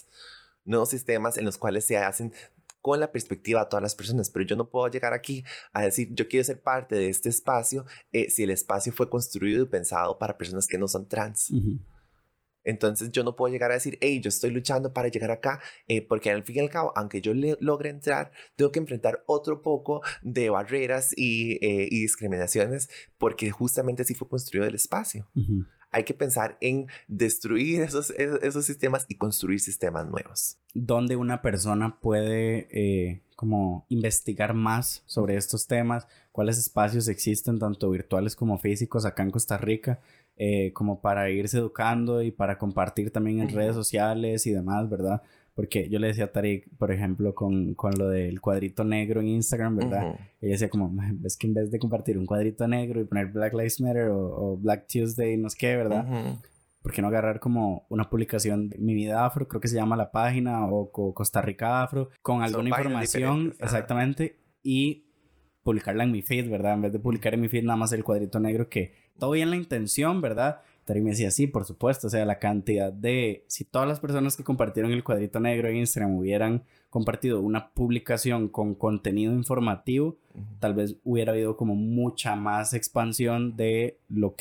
en los cuales se hacen con la perspectiva de todas las personas, pero yo no puedo llegar aquí a decir yo quiero ser parte de este espacio si el espacio fue construido y pensado para personas que no son trans. Entonces yo no puedo llegar a decir, hey, yo estoy luchando para llegar acá, porque al fin y al cabo, aunque yo logre entrar, tengo que enfrentar otro poco de barreras y discriminaciones, porque justamente así fue construido el espacio. Hay que pensar en destruir esos sistemas y construir sistemas nuevos. ¿Dónde una persona puede como investigar más sobre estos temas? ¿Cuáles espacios existen, tanto virtuales como físicos, acá en Costa Rica? Como para irse educando y para compartir también en redes sociales y demás, ¿verdad? Porque yo le decía a Tarik, por ejemplo, con lo del cuadrito negro en Instagram, ¿verdad? Ella decía como, ves que en vez de compartir un cuadrito negro y poner Black Lives Matter o Black Tuesday, no sé qué, ¿verdad? ¿Por qué no agarrar como una publicación de Mi Vida Afro, creo que se llama la página, o Costa Rica Afro, con alguna información, exactamente, y publicarla en mi feed, ¿verdad? En vez de publicar en mi feed nada más el cuadrito negro, que todo bien la intención, ¿verdad? Tarik me decía, sí, por supuesto, o sea, la cantidad de... Si todas las personas que compartieron el cuadrito negro en Instagram hubieran compartido una publicación con contenido informativo, tal vez hubiera habido como mucha más expansión de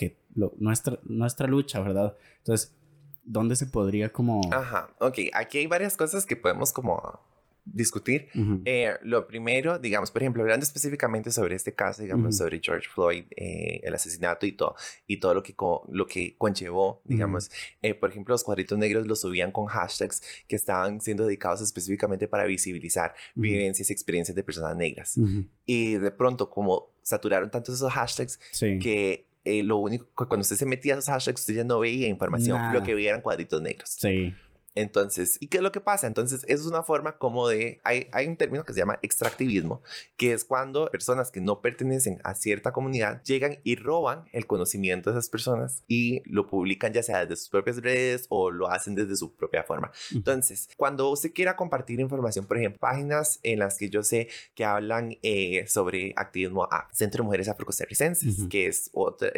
nuestra lucha, ¿verdad? Entonces, ¿dónde se podría como...? Ok, aquí hay varias cosas que podemos como discutir. Lo primero, digamos, por ejemplo, hablando específicamente sobre este caso, digamos, sobre George Floyd, el asesinato y todo lo que conllevó, digamos, por ejemplo, los cuadritos negros los subían con hashtags que estaban siendo dedicados específicamente para visibilizar vivencias y experiencias de personas negras. Y de pronto, como saturaron tantos esos hashtags, que lo único que cuando usted se metía a esos hashtags, usted ya no veía información, lo que veía eran cuadritos negros. Sí. Entonces, ¿y qué es lo que pasa? Entonces, eso es una forma como de... Hay un término que se llama extractivismo, que es cuando personas que no pertenecen a cierta comunidad llegan y roban el conocimiento de esas personas y lo publican ya sea desde sus propias redes o lo hacen desde su propia forma. Entonces, cuando usted quiera compartir información, por ejemplo, páginas en las que yo sé que hablan sobre activismo Centro de Mujeres Afrocostarricenses, que es,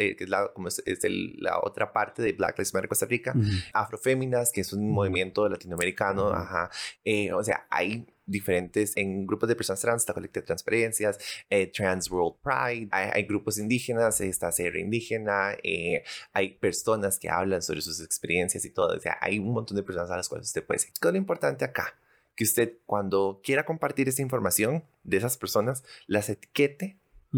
la otra parte de Black Lives Matter Costa Rica, Afroféminas, que es un movimiento latinoamericano, o sea, hay diferentes en grupos de personas trans, está Colectiva de Transparencias, Trans World Pride, hay grupos indígenas, está CR Indígena, hay personas que hablan sobre sus experiencias y todo, o sea, hay un montón de personas a las cuales usted puede seguir. ¿Qué es lo importante acá? Que usted cuando quiera compartir esa información de esas personas, las etiquete.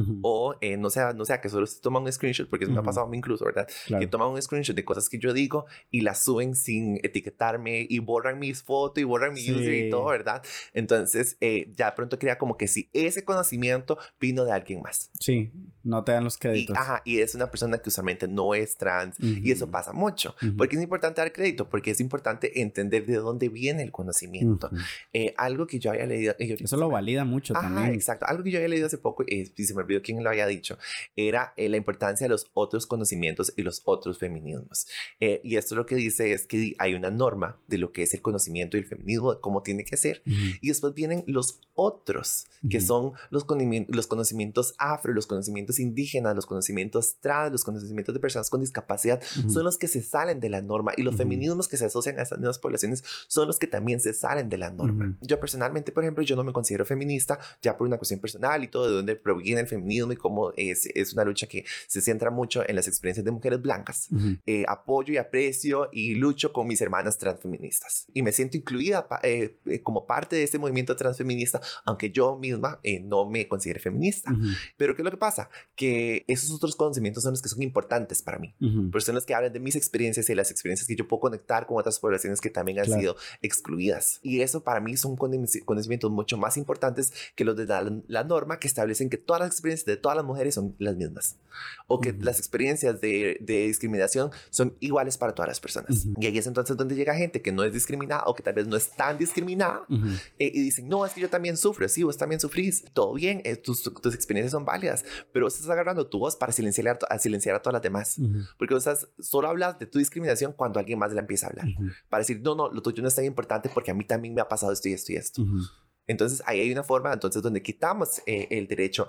O no sea que solo se toma un screenshot, porque eso me ha pasado a mí incluso, ¿verdad? Claro. Que toman un screenshot de cosas que yo digo y las suben sin etiquetarme y borran mis fotos y borran mi user y todo, ¿verdad? Entonces ya de pronto crea como que si ese conocimiento vino de alguien más. Sí, no te dan los créditos. Y es una persona que usualmente no es trans y eso pasa mucho. Porque es importante dar crédito, porque es importante entender de dónde viene el conocimiento. Algo que yo había leído... Eso lo valida mucho también. Exacto. Algo que yo había leído hace poco y se me olvidó quién lo había dicho, era la importancia de los otros conocimientos y los otros feminismos. Y esto lo que dice es que hay una norma de lo que es el conocimiento y el feminismo, de cómo tiene que ser. Y después vienen los otros, que son los conocimientos afro, los conocimientos indígenas, los conocimientos trans, los conocimientos de personas con discapacidad, son los que se salen de la norma. Y los feminismos que se asocian a estas mismas poblaciones son los que también se salen de la norma. Yo personalmente, por ejemplo, yo no me considero feminista, ya por una cuestión personal y todo, de dónde proviene el feminismo y cómo es una lucha que se centra mucho en las experiencias de mujeres blancas. Apoyo y aprecio y lucho con mis hermanas transfeministas. Y me siento incluida como parte de este movimiento transfeminista, aunque yo misma no me considere feminista. Pero ¿qué es lo que pasa? Que esos otros conocimientos son los que son importantes para mí. Porque son los que hablan de mis experiencias y las experiencias que yo puedo conectar con otras poblaciones que también han sido excluidas. Y eso para mí son conocimientos mucho más importantes que los de la norma, que establecen que todas las experiencias de todas las mujeres son las mismas, o que las experiencias de discriminación son iguales para todas las personas. Y ahí es entonces donde llega gente que no es discriminada o que tal vez no es tan discriminada y dicen, no, es que yo también sufro. Sí, vos también sufrís, todo bien, tus experiencias son válidas, pero vos estás agarrando tu voz para silenciar a todas las demás, porque vos solo hablas de tu discriminación cuando alguien más la empieza a hablar, para decir, no, lo tuyo no es tan importante porque a mí también me ha pasado esto y esto y esto. Entonces, ahí hay una forma, entonces, donde quitamos el derecho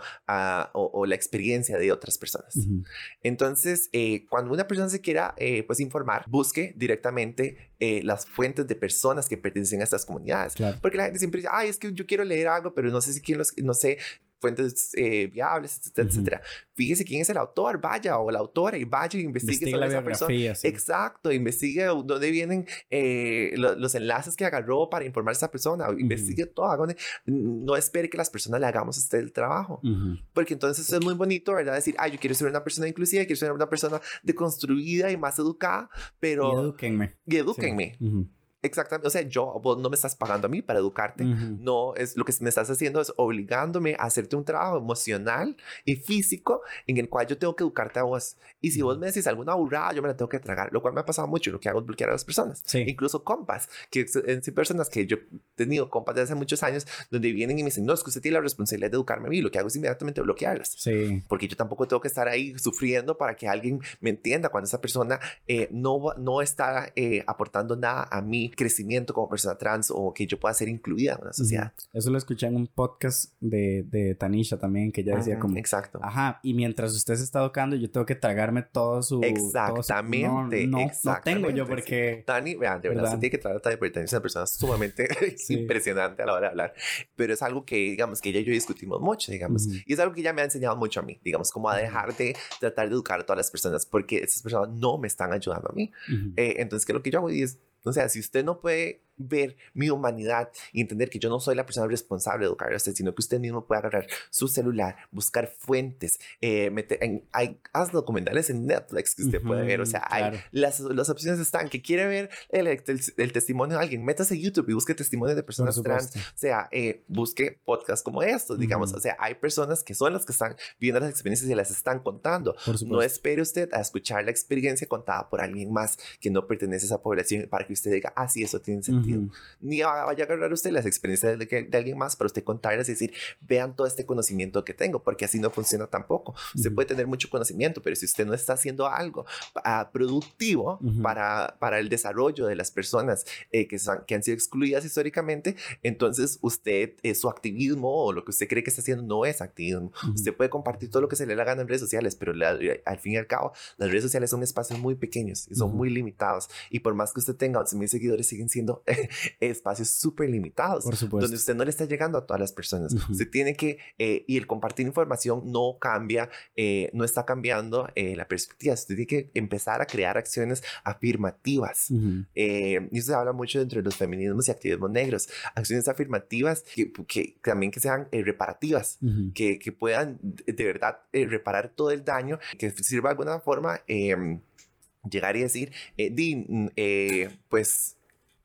o la experiencia de otras personas. Entonces, cuando una persona se quiera, pues, informar, busque directamente las fuentes de personas que pertenecen a estas comunidades. Claro. Porque la gente siempre dice, ay, es que yo quiero leer algo, pero no sé no sé fuentes viables, etcétera, etcétera. Fíjese quién es el autor, vaya, o la autora, y vaya y investigue sobre esa persona. Sí. Exacto, investigue dónde vienen los enlaces que agarró para informar a esa persona, investigue todo, no espere que las personas le hagamos a usted el trabajo, porque entonces es muy bonito, ¿verdad? Decir, yo quiero ser una persona inclusiva, quiero ser una persona deconstruida y más educada, pero... Y edúquenme. Sí. Exactamente, o sea, vos no me estás pagando a mí para educarte, no es lo que me estás haciendo, es obligándome a hacerte un trabajo emocional y físico en el cual yo tengo que educarte a vos. Y si vos me decís alguna burrada, yo me la tengo que tragar, lo cual me ha pasado mucho. Lo que hago es bloquear a las personas, incluso compas, que son personas que yo he tenido compas de hace muchos años, donde vienen y me dicen, no, es que usted tiene la responsabilidad de educarme a mí. Lo que hago es inmediatamente bloquearlas, porque yo tampoco tengo que estar ahí sufriendo para que alguien me entienda cuando esa persona no está aportando nada a mí crecimiento como persona trans o que yo pueda ser incluida en una sociedad. Eso lo escuché en un podcast de Tanisha también, que ella decía como... Exacto. Ajá, y mientras usted se está educando, yo tengo que tragarme todo su... Exactamente. No tengo yo porque... Tani, vean, de verdad, se tiene que tratar a Tani, porque Tani es una persona sumamente impresionante a la hora de hablar. Pero es algo que, digamos, que ella y yo discutimos mucho, digamos. Y es algo que ella me ha enseñado mucho a mí, digamos, como a dejar de tratar de educar a todas las personas, porque esas personas no me están ayudando a mí. Entonces, ¿qué es lo que yo hago? Y es, o sea, si usted no puede ver mi humanidad y entender que yo no soy la persona responsable de educar a usted, sino que usted mismo puede agarrar su celular, buscar fuentes, hay documentales en Netflix que usted puede ver, o sea, claro. las opciones están, que quiere ver el testimonio de alguien, métase a YouTube y busque testimonios de personas trans, o sea, busque podcasts como estos, digamos, o sea, hay personas que son las que están viendo las experiencias y las están contando. No espere usted a escuchar la experiencia contada por alguien más que no pertenece a esa población para que usted diga, ah, sí, eso tiene sentido. Ni vaya a agarrar usted las experiencias de alguien más para usted contarlas y decir, vean todo este conocimiento que tengo, porque así no funciona tampoco. Usted puede tener mucho conocimiento, pero si usted no está haciendo algo productivo para el desarrollo de las personas que han sido excluidas históricamente, entonces usted, su activismo o lo que usted cree que está haciendo no es activismo. Usted puede compartir todo lo que se le haga en redes sociales, pero al fin y al cabo, las redes sociales son espacios muy pequeños y son muy limitados. Y por más que usted tenga 11,000 seguidores, siguen siendo espacios súper limitados, donde usted no le está llegando a todas las personas. Usted tiene que, y el compartir información no cambia, no está cambiando la perspectiva. Usted tiene que empezar a crear acciones afirmativas. Y eso se habla mucho dentro de los feminismos y activismos negros. Acciones afirmativas que también que sean reparativas, que puedan de verdad reparar todo el daño, que sirva de alguna forma llegar y decir, pues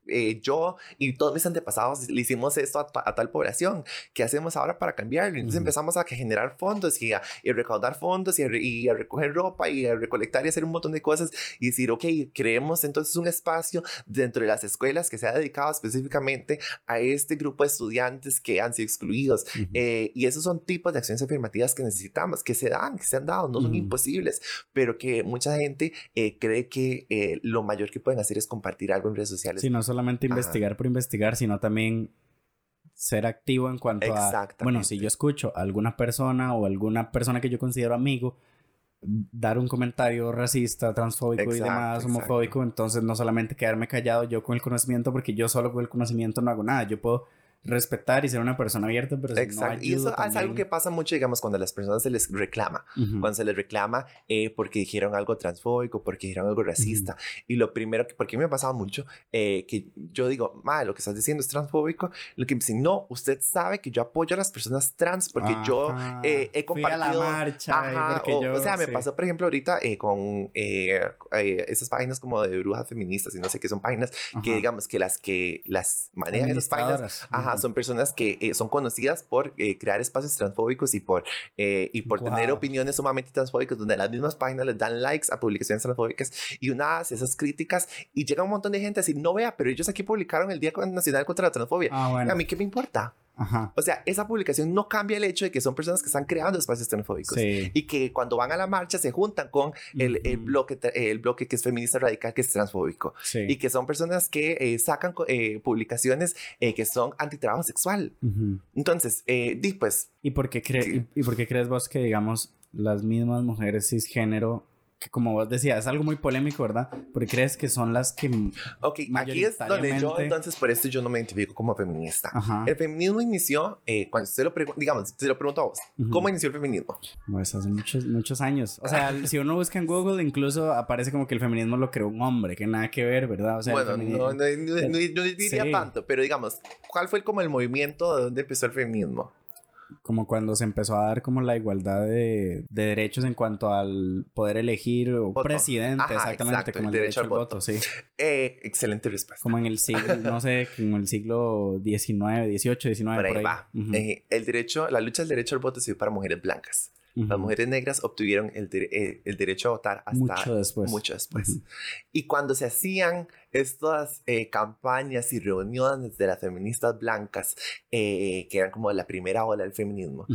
yo y todos mis antepasados le hicimos esto a tal población. ¿Qué hacemos ahora para cambiarlo? Entonces empezamos a generar fondos y recaudar fondos y a recoger ropa y a recolectar y hacer un montón de cosas y decir, ok, creemos entonces un espacio dentro de las escuelas que sea dedicado específicamente a este grupo de estudiantes que han sido excluidos. Y esos son tipos de acciones afirmativas que necesitamos, que se dan, que se han dado, no son imposibles, pero que mucha gente cree que lo mayor que pueden hacer es compartir algo en redes sociales. Sí, no solamente investigar por investigar, sino también ser activo en cuanto a, bueno, si yo escucho a alguna persona o alguna persona que yo considero amigo dar un comentario racista, transfóbico y demás, homofóbico, entonces no solamente quedarme callado yo con el conocimiento, porque yo solo con el conocimiento no hago nada. Yo puedo respetar y ser una persona abierta, pero si no ayudo, y eso también... es algo que pasa mucho, digamos, cuando a las personas se les reclama, cuando se les reclama porque dijeron algo transfóbico, porque dijeron algo racista, y lo primero que, porque me ha pasado mucho, que yo digo, lo que estás diciendo es transfóbico, lo que me dicen, no, usted sabe que yo apoyo a las personas trans porque yo he compartido... Fui a la marcha, o sea, me pasó, por ejemplo, ahorita con esas páginas como de brujas feministas, y no sé qué son páginas, que digamos que las manejan esas páginas, son personas que son conocidas por crear espacios transfóbicos y por tener opiniones sumamente transfóbicas, donde las mismas páginas les dan likes a publicaciones transfóbicas y una hace esas críticas y llega un montón de gente a decir, no vea, pero ellos aquí publicaron el Día Nacional contra la Transfobia. Bueno. A mí, ¿qué me importa? O sea, esa publicación no cambia el hecho de que son personas que están creando espacios transfóbicos y que cuando van a la marcha se juntan con el bloque que es feminista radical, que es transfóbico, y que son personas que sacan publicaciones que son antitrabajo sexual. Entonces, pues... ¿Y por qué crees vos que, digamos, las mismas mujeres cisgénero, que como vos decías, es algo muy polémico, ¿verdad? Porque crees que son las que aquí es donde yo, entonces, por esto yo no me identifico como feminista. El feminismo inició, cuando usted lo pregunta, digamos, te lo pregunto a vos, ¿cómo inició el feminismo? Pues hace muchos años. O sea, si uno busca en Google, incluso aparece como que el feminismo lo creó un hombre, que nada que ver, ¿verdad? O sea, bueno, no diría tanto, pero digamos, ¿cuál fue como el movimiento de donde empezó el feminismo? Como cuando se empezó a dar como la igualdad de derechos en cuanto al poder elegir presidente, exactamente, como el derecho al voto, sí. Excelente respuesta. Como en el siglo, no sé, como el siglo XIX, XVIII, XIX, por ahí va. La lucha del derecho al voto se dio para mujeres blancas. Las mujeres negras obtuvieron el derecho a votar hasta mucho después. Y cuando se hacían estas campañas y reuniones de las feministas blancas, que eran como la primera ola del feminismo,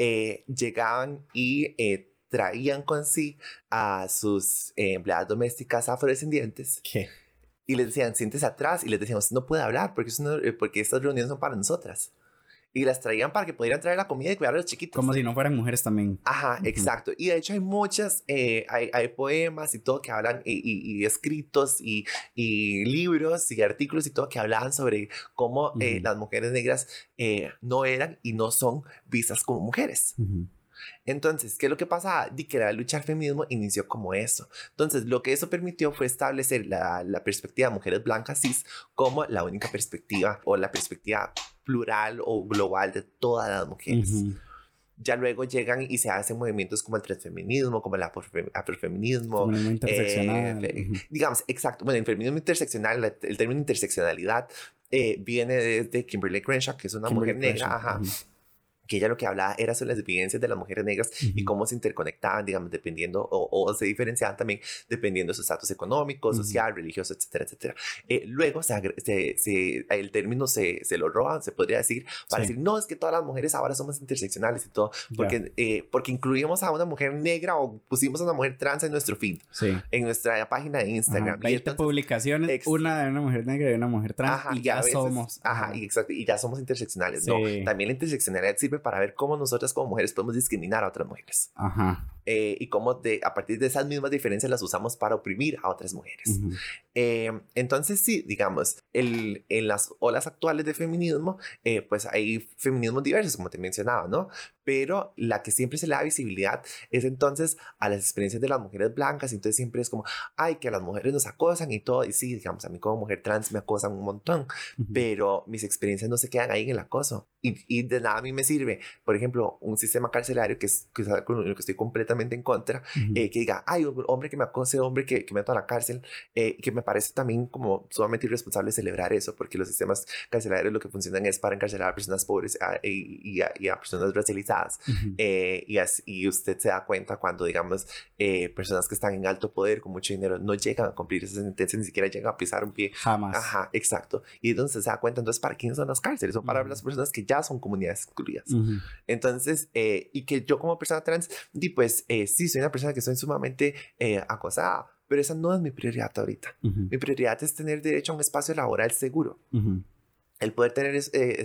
llegaban y traían con sí a sus empleadas domésticas afrodescendientes. ¿Qué? Y les decían, siéntese atrás, y les decían, usted no puede hablar porque estas reuniones son para nosotras. Y las traían para que pudieran traer la comida y cuidar a los chiquitos. Como si no fueran mujeres también. Exacto. Y de hecho hay muchas, hay poemas y todo que hablan, y escritos y libros y artículos y todo que hablaban sobre cómo las mujeres negras no eran y no son vistas como mujeres. Entonces, ¿qué es lo que pasa? De que la lucha al feminismo inició como eso. Entonces, lo que eso permitió fue establecer la perspectiva de mujeres blancas cis como la única perspectiva o la perspectiva plural o global de todas las mujeres. Ya luego llegan y se hacen movimientos como el transfeminismo, como el afrofeminismo. Feminismo interseccional. Digamos, exacto. Bueno, el feminismo interseccional, el término interseccionalidad viene desde Kimberly Crenshaw, que es una mujer negra, que ella lo que hablaba era sobre las vivencias de las mujeres negras y cómo se interconectaban, digamos, dependiendo, o se diferenciaban también dependiendo de su estatus económico, social, religioso, etcétera, etcétera. Luego el término se lo roban, se podría decir, para decir, no, es que todas las mujeres ahora somos interseccionales y todo, porque incluimos a una mujer negra o pusimos a una mujer trans en nuestro feed, en nuestra página de Instagram. 20 entonces, publicaciones, una de una mujer negra y una mujer trans, y ya somos. Exacto, y ya somos interseccionales. No, también la interseccionalidad sirve para ver cómo nosotras como mujeres podemos discriminar a otras mujeres. Y cómo a partir de esas mismas diferencias las usamos para oprimir a otras mujeres. Entonces sí, digamos, en las olas actuales de feminismo, pues hay feminismos diversos, como te mencionaba, ¿no? Pero la que siempre se le da visibilidad es entonces a las experiencias de las mujeres blancas. Entonces siempre es como, ay, que las mujeres nos acosan y todo. Y sí, digamos, a mí como mujer trans me acosan un montón, pero mis experiencias no se quedan ahí en el acoso. Y de nada a mí me sirve, por ejemplo, un sistema carcelario que es con lo que estoy completamente en contra, que diga, ay, hombre que me acose, hombre que me meto a la cárcel, que me parece también como sumamente irresponsable celebrar eso, porque los sistemas carcelarios lo que funcionan es para encarcelar a personas pobres y a personas racializadas. Y usted se da cuenta cuando, digamos, personas que están en alto poder, con mucho dinero, no llegan a cumplir esas sentencias, ni siquiera llegan a pisar un pie. Jamás. Exacto. Y entonces se da cuenta, entonces, ¿para quiénes son las cárceles? Son para las personas que ya son comunidades excluidas. Entonces, y que yo como persona trans, pues sí, soy una persona que soy sumamente acosada, pero esa no es mi prioridad ahorita. Mi prioridad es tener derecho a un espacio laboral seguro. El poder tener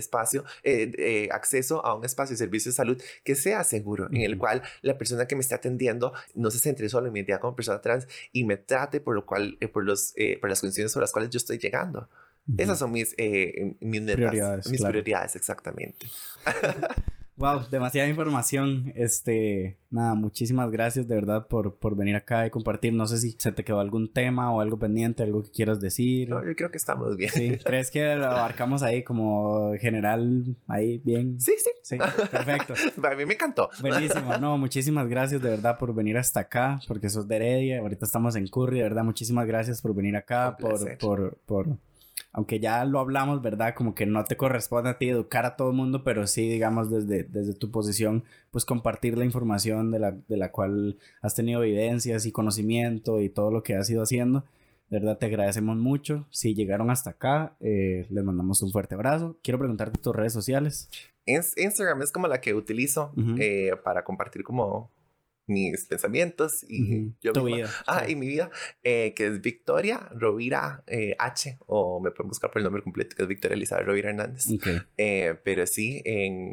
acceso a un espacio de servicio de salud que sea seguro, en el cual la persona que me esté atendiendo no se centre solo en mi identidad como persona trans y me trate por las condiciones sobre las cuales yo estoy llegando. Esas son mis metas, mis prioridades, exactamente. Wow, demasiada información. Nada, muchísimas gracias de verdad por venir acá y compartir. No sé si se te quedó algún tema o algo pendiente, algo que quieras decir. No, yo creo que estamos bien. ¿Sí? ¿Crees que lo abarcamos ahí como general, ahí bien? Sí. Sí, perfecto. A mí me encantó. Buenísimo. No, muchísimas gracias de verdad por venir hasta acá, porque sos de Heredia. Ahorita estamos en Curry, de verdad. Muchísimas gracias por venir acá, por aunque ya lo hablamos, ¿verdad? Como que no te corresponde a ti educar a todo el mundo, pero sí, digamos, desde tu posición, pues compartir la información de la cual has tenido vivencias y conocimiento y todo lo que has ido haciendo. De verdad, te agradecemos mucho. Si llegaron hasta acá, les mandamos un fuerte abrazo. Quiero preguntarte tus redes sociales. Instagram es como la que utilizo para compartir como mis pensamientos y yo tu misma. vida. Y mi vida, que es Victoria Rovira H, o me pueden buscar por el nombre completo, que es Victoria Elizabeth Rovira Hernández. Pero sí,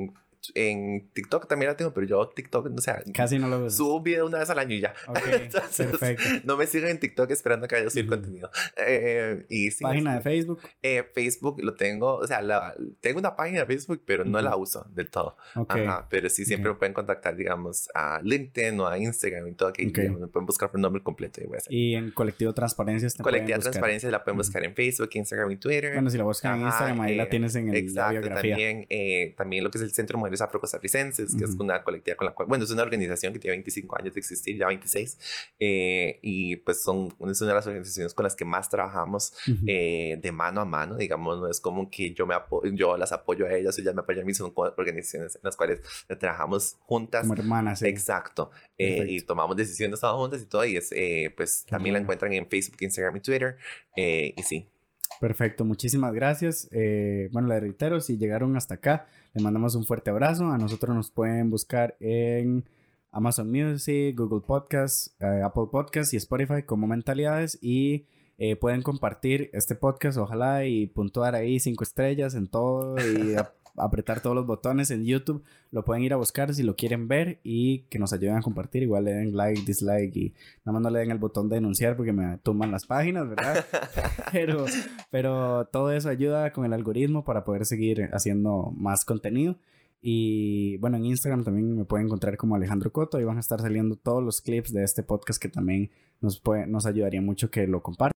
en TikTok también la tengo, pero yo TikTok, o sea, casi no lo uso. Subo un video una vez al año y ya. Entonces, perfecto. No me sigan en TikTok esperando que vaya a subir contenido. Y sí, ¿página de Facebook? Facebook lo tengo, o sea, tengo una página de Facebook, pero no la uso del todo. Pero sí, siempre me pueden contactar, digamos, a LinkedIn o a Instagram y todo, que digamos, me pueden buscar por el nombre completo. Y en Colectivo Transparencias Colectivo Transparencias la pueden buscar en Facebook, Instagram y Twitter. Bueno, si la buscan en Instagram, ahí la tienes en la biografía. También lo que es el Centro Mujeres Afrocostarricenses, que es una colectividad con la cual, bueno, es una organización que tiene 25 años de existir, ya 26, y pues es una de las organizaciones con las que más trabajamos de mano a mano, digamos, no es como que yo las apoyo a ellas o ellas me apoyan a mí, son organizaciones en las cuales trabajamos juntas. Como hermanas, sí. Exacto. Y tomamos decisiones todas juntas y todo, y pues también la encuentran en Facebook, Instagram y Twitter, y sí. Perfecto, muchísimas gracias. Bueno, les reitero, si llegaron hasta acá, les mandamos un fuerte abrazo. A nosotros nos pueden buscar en Amazon Music, Google Podcasts, Apple Podcasts y Spotify como Mentalidades, y pueden compartir este podcast, ojalá, y puntuar ahí 5 estrellas en todo y apretar todos los botones en YouTube. Lo pueden ir a buscar si lo quieren ver y que nos ayuden a compartir. Igual le den like, dislike y nada más no le den el botón de denunciar porque me tumban las páginas, ¿verdad? pero todo eso ayuda con el algoritmo para poder seguir haciendo más contenido. Y bueno, en Instagram también me pueden encontrar como Alejandro Coto. Ahí van a estar saliendo todos los clips de este podcast que también nos ayudaría mucho que lo compartan.